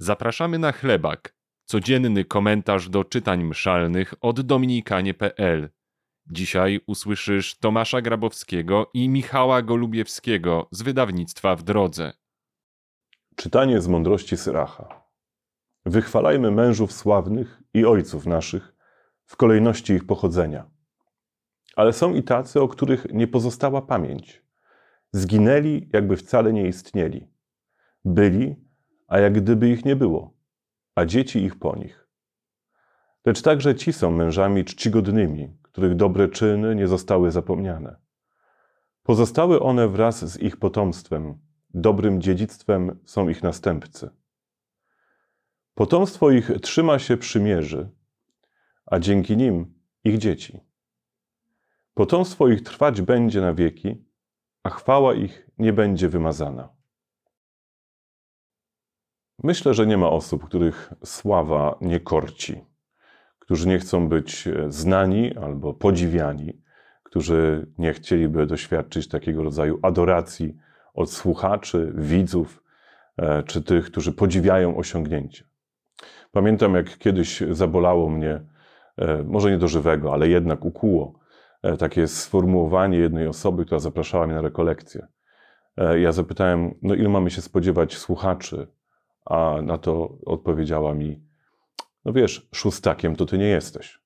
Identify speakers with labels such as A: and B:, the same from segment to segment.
A: Zapraszamy na chlebak, codzienny komentarz do czytań mszalnych od dominikanie.pl. Dzisiaj usłyszysz Tomasza Grabowskiego i Michała Golubiewskiego z wydawnictwa W Drodze.
B: Czytanie z mądrości Syracha. Wychwalajmy mężów sławnych i ojców naszych w kolejności ich pochodzenia. Ale są i tacy, o których nie pozostała pamięć. Zginęli, jakby wcale nie istnieli. Byli, a jak gdyby ich nie było, a dzieci ich po nich. Lecz także ci są mężami czcigodnymi, których dobre czyny nie zostały zapomniane. Pozostały one wraz z ich potomstwem, dobrym dziedzictwem są ich następcy. Potomstwo ich trzyma się przymierzy, a dzięki nim ich dzieci. Potomstwo ich trwać będzie na wieki, a chwała ich nie będzie wymazana. Myślę, że nie ma osób, których sława nie korci, którzy nie chcą być znani albo podziwiani, którzy nie chcieliby doświadczyć takiego rodzaju adoracji od słuchaczy, widzów, czy tych, którzy podziwiają osiągnięcia. Pamiętam, jak kiedyś zabolało mnie, może nie do żywego, ale jednak ukuło, takie sformułowanie jednej osoby, która zapraszała mnie na rekolekcję. Ja zapytałem, no ile mamy się spodziewać słuchaczy, a na to odpowiedziała mi, no wiesz, szóstakiem to ty nie jesteś.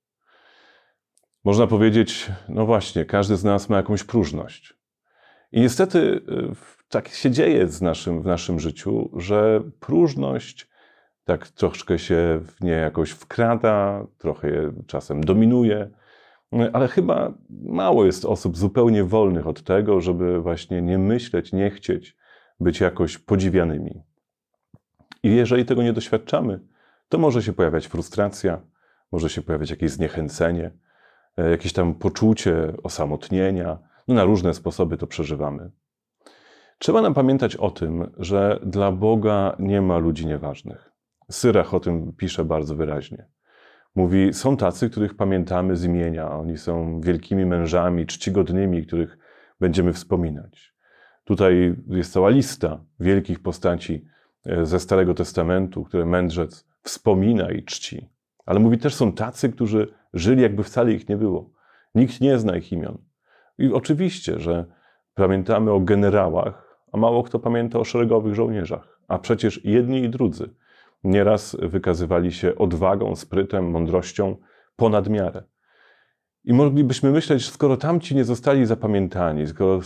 B: Można powiedzieć, no właśnie, każdy z nas ma jakąś próżność. I niestety tak się dzieje w naszym życiu, że próżność tak troszkę się w nie jakoś wkrada, trochę czasem dominuje, ale chyba mało jest osób zupełnie wolnych od tego, żeby właśnie nie myśleć, nie chcieć być jakoś podziwianymi. I jeżeli tego nie doświadczamy, to może się pojawiać frustracja, może się pojawiać jakieś zniechęcenie, jakieś tam poczucie osamotnienia. No, na różne sposoby to przeżywamy. Trzeba nam pamiętać o tym, że dla Boga nie ma ludzi nieważnych. Syrach o tym pisze bardzo wyraźnie. Mówi, są tacy, których pamiętamy z imienia. Oni są wielkimi mężami, czcigodnymi, których będziemy wspominać. Tutaj jest cała lista wielkich postaci ze Starego Testamentu, które mędrzec wspomina i czci. Ale mówi, też są tacy, którzy żyli, jakby wcale ich nie było. Nikt nie zna ich imion. I oczywiście, że pamiętamy o generałach, a mało kto pamięta o szeregowych żołnierzach. A przecież jedni i drudzy nieraz wykazywali się odwagą, sprytem, mądrością ponad miarę. I moglibyśmy myśleć, skoro tamci nie zostali zapamiętani, skoro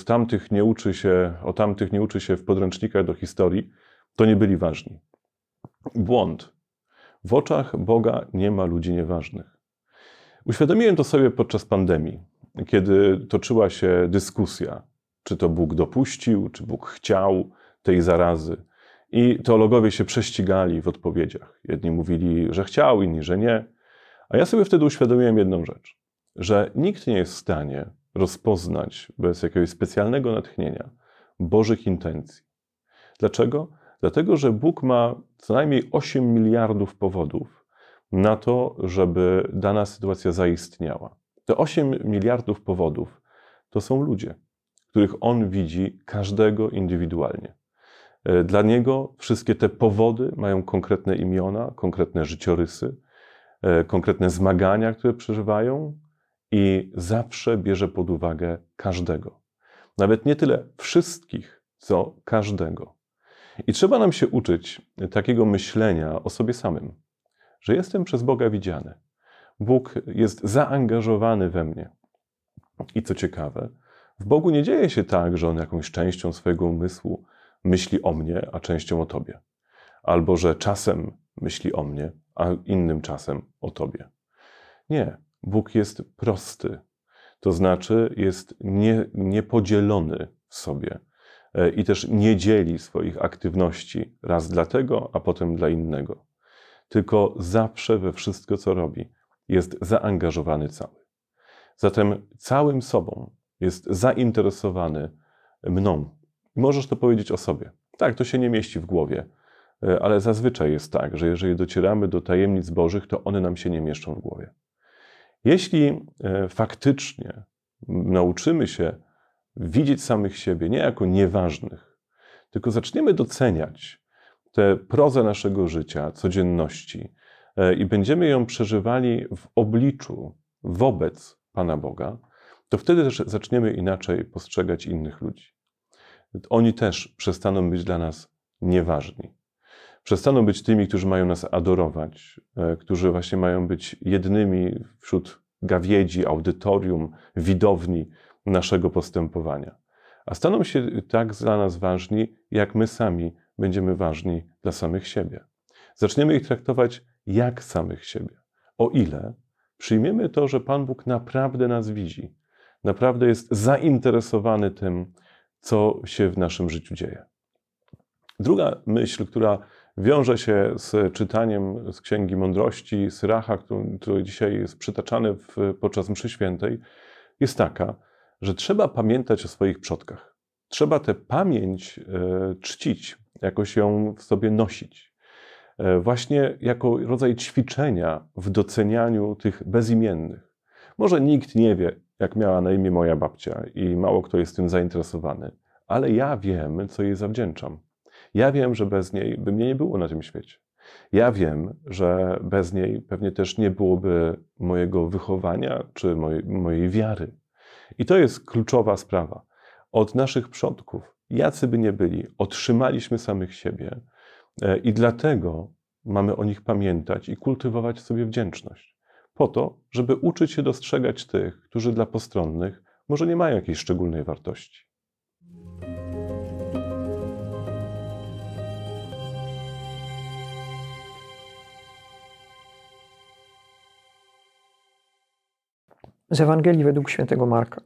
B: o tamtych nie uczy się w podręcznikach do historii, to nie byli ważni. Błąd. W oczach Boga nie ma ludzi nieważnych. Uświadomiłem to sobie podczas pandemii, kiedy toczyła się dyskusja, czy to Bóg dopuścił, czy Bóg chciał tej zarazy. I teologowie się prześcigali w odpowiedziach. Jedni mówili, że chciał, inni, że nie. A ja sobie wtedy uświadomiłem jedną rzecz, że nikt nie jest w stanie rozpoznać bez jakiegoś specjalnego natchnienia Bożych intencji. Dlaczego? Dlatego, że Bóg ma co najmniej 8 miliardów powodów na to, żeby dana sytuacja zaistniała. Te 8 miliardów powodów to są ludzie, których On widzi każdego indywidualnie. Dla Niego wszystkie te powody mają konkretne imiona, konkretne życiorysy, konkretne zmagania, które przeżywają i zawsze bierze pod uwagę każdego. Nawet nie tyle wszystkich, co każdego. I trzeba nam się uczyć takiego myślenia o sobie samym, że jestem przez Boga widziany. Bóg jest zaangażowany we mnie. I co ciekawe, w Bogu nie dzieje się tak, że On jakąś częścią swojego umysłu myśli o mnie, a częścią o tobie. Albo że czasem myśli o mnie, a innym czasem o tobie. Nie, Bóg jest prosty. To znaczy jest niepodzielony w sobie. I też nie dzieli swoich aktywności raz dla tego, a potem dla innego. Tylko zawsze we wszystko, co robi, jest zaangażowany cały. Zatem całym sobą jest zainteresowany mną. Możesz to powiedzieć o sobie. Tak, to się nie mieści w głowie, ale zazwyczaj jest tak, że jeżeli docieramy do tajemnic Bożych, to one nam się nie mieszczą w głowie. Jeśli faktycznie nauczymy się widzieć samych siebie nie jako nieważnych, tylko zaczniemy doceniać tę prozę naszego życia, codzienności i będziemy ją przeżywali w obliczu, wobec Pana Boga, to wtedy też zaczniemy inaczej postrzegać innych ludzi. Oni też przestaną być dla nas nieważni. Przestaną być tymi, którzy mają nas adorować, którzy właśnie mają być jednymi wśród gawiedzi, audytorium, widowni naszego postępowania. A staną się tak dla nas ważni, jak my sami będziemy ważni dla samych siebie. Zaczniemy ich traktować jak samych siebie. O ile przyjmiemy to, że Pan Bóg naprawdę nas widzi, naprawdę jest zainteresowany tym, co się w naszym życiu dzieje. Druga myśl, która wiąże się z czytaniem z Księgi Mądrości Syracha, który dzisiaj jest przytaczany podczas mszy świętej, jest taka, że trzeba pamiętać o swoich przodkach. Trzeba tę pamięć czcić, jakoś ją w sobie nosić. Właśnie jako rodzaj ćwiczenia w docenianiu tych bezimiennych. Może nikt nie wie, jak miała na imię moja babcia i mało kto jest tym zainteresowany, ale ja wiem, co jej zawdzięczam. Ja wiem, że bez niej by mnie nie było na tym świecie. Ja wiem, że bez niej pewnie też nie byłoby mojego wychowania czy mojej wiary. I to jest kluczowa sprawa. Od naszych przodków, jacy by nie byli, otrzymaliśmy samych siebie i dlatego mamy o nich pamiętać i kultywować sobie wdzięczność. Po to, żeby uczyć się dostrzegać tych, którzy dla postronnych może nie mają jakiejś szczególnej wartości.
C: Z Ewangelii według świętego Marka.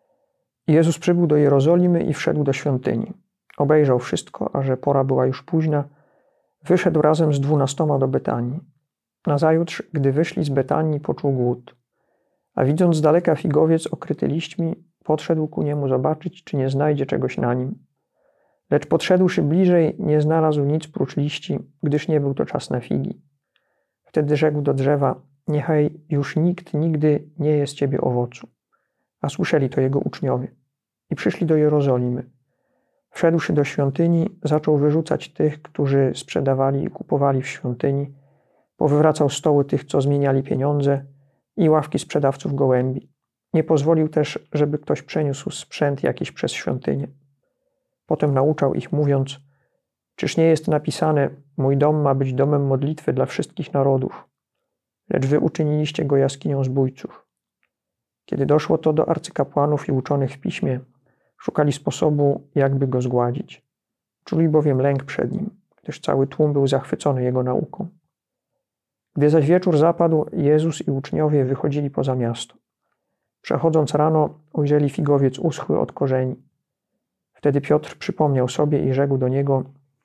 C: Jezus przybył do Jerozolimy i wszedł do świątyni. Obejrzał wszystko, a że pora była już późna, wyszedł razem z 12 do Betanii. Nazajutrz, gdy wyszli z Betanii, poczuł głód. A widząc z daleka figowiec okryty liśćmi, podszedł ku niemu zobaczyć, czy nie znajdzie czegoś na nim. Lecz podszedłszy bliżej, nie znalazł nic prócz liści, gdyż nie był to czas na figi. Wtedy rzekł do drzewa: niechaj już nikt nigdy nie je z ciebie owocu. A słyszeli to jego uczniowie. I przyszli do Jerozolimy. Wszedłszy do świątyni, zaczął wyrzucać tych, którzy sprzedawali i kupowali w świątyni, powywracał stoły tych, co zmieniali pieniądze, i ławki sprzedawców gołębi. Nie pozwolił też, żeby ktoś przeniósł sprzęt jakiś przez świątynię. Potem nauczał ich, mówiąc: czyż nie jest napisane: mój dom ma być domem modlitwy dla wszystkich narodów? Lecz wy uczyniliście go jaskinią zbójców. Kiedy doszło to do arcykapłanów i uczonych w piśmie, szukali sposobu, jakby go zgładzić. Czuli bowiem lęk przed nim, gdyż cały tłum był zachwycony jego nauką. Gdy zaś wieczór zapadł, Jezus i uczniowie wychodzili poza miasto. Przechodząc rano, ujrzeli figowiec uschły od korzeni. Wtedy Piotr przypomniał sobie i rzekł do niego: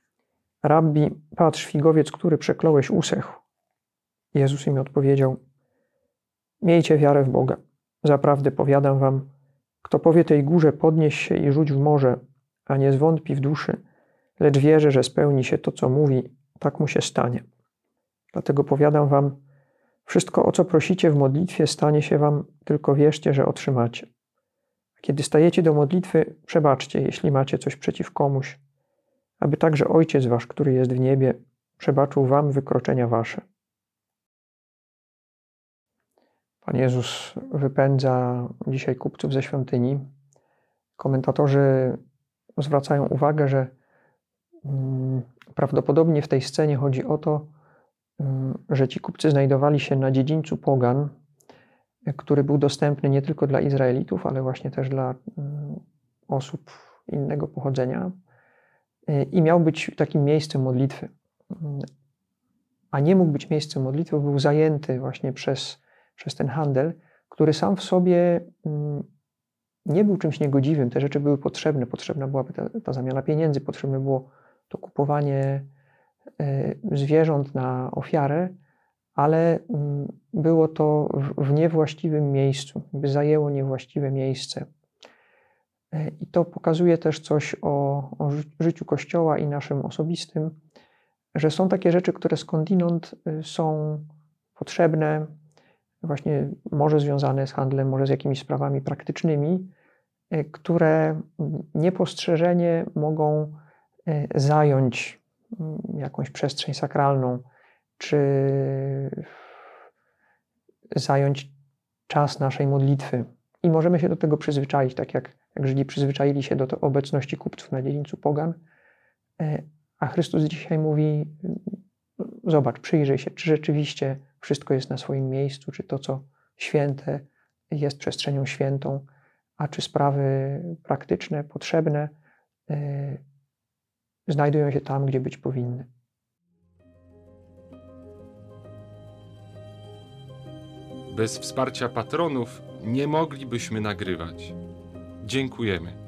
C: Rabbi, patrz, figowiec, który przekląłeś, usechł. Jezus im odpowiedział: miejcie wiarę w Boga. Zaprawdę powiadam wam, kto powie tej górze: podnieś się i rzuć w morze, a nie zwątpi w duszy, lecz wierzy, że spełni się to, co mówi, tak mu się stanie. Dlatego powiadam wam, wszystko, o co prosicie w modlitwie, stanie się wam, tylko wierzcie, że otrzymacie. A kiedy stajecie do modlitwy, przebaczcie, jeśli macie coś przeciw komuś, aby także Ojciec wasz, który jest w niebie, przebaczył wam wykroczenia wasze. Pan Jezus wypędza dzisiaj kupców ze świątyni. Komentatorzy zwracają uwagę, że prawdopodobnie w tej scenie chodzi o to, że ci kupcy znajdowali się na dziedzińcu pogan, który był dostępny nie tylko dla Izraelitów, ale właśnie też dla osób innego pochodzenia i miał być takim miejscem modlitwy. A nie mógł być miejscem modlitwy, był zajęty właśnie przez ten handel, który sam w sobie nie był czymś niegodziwym. Te rzeczy były potrzebne. Potrzebna byłaby ta zamiana pieniędzy, potrzebne było to kupowanie zwierząt na ofiarę, ale było to w niewłaściwym miejscu, by zajęło niewłaściwe miejsce. I to pokazuje też coś o życiu Kościoła i naszym osobistym, że są takie rzeczy, które skądinąd są potrzebne, właśnie może związane z handlem, może z jakimiś sprawami praktycznymi, które niepostrzeżenie mogą zająć jakąś przestrzeń sakralną, czy zająć czas naszej modlitwy. I możemy się do tego przyzwyczaić, tak jak Żydzi przyzwyczaili się do obecności kupców na dziedzińcu pogan. A Chrystus dzisiaj mówi, zobacz, przyjrzyj się, czy rzeczywiście wszystko jest na swoim miejscu, czy to, co święte, jest przestrzenią świętą, a czy sprawy praktyczne, potrzebne znajdują się tam, gdzie być powinny.
A: Bez wsparcia patronów nie moglibyśmy nagrywać. Dziękujemy.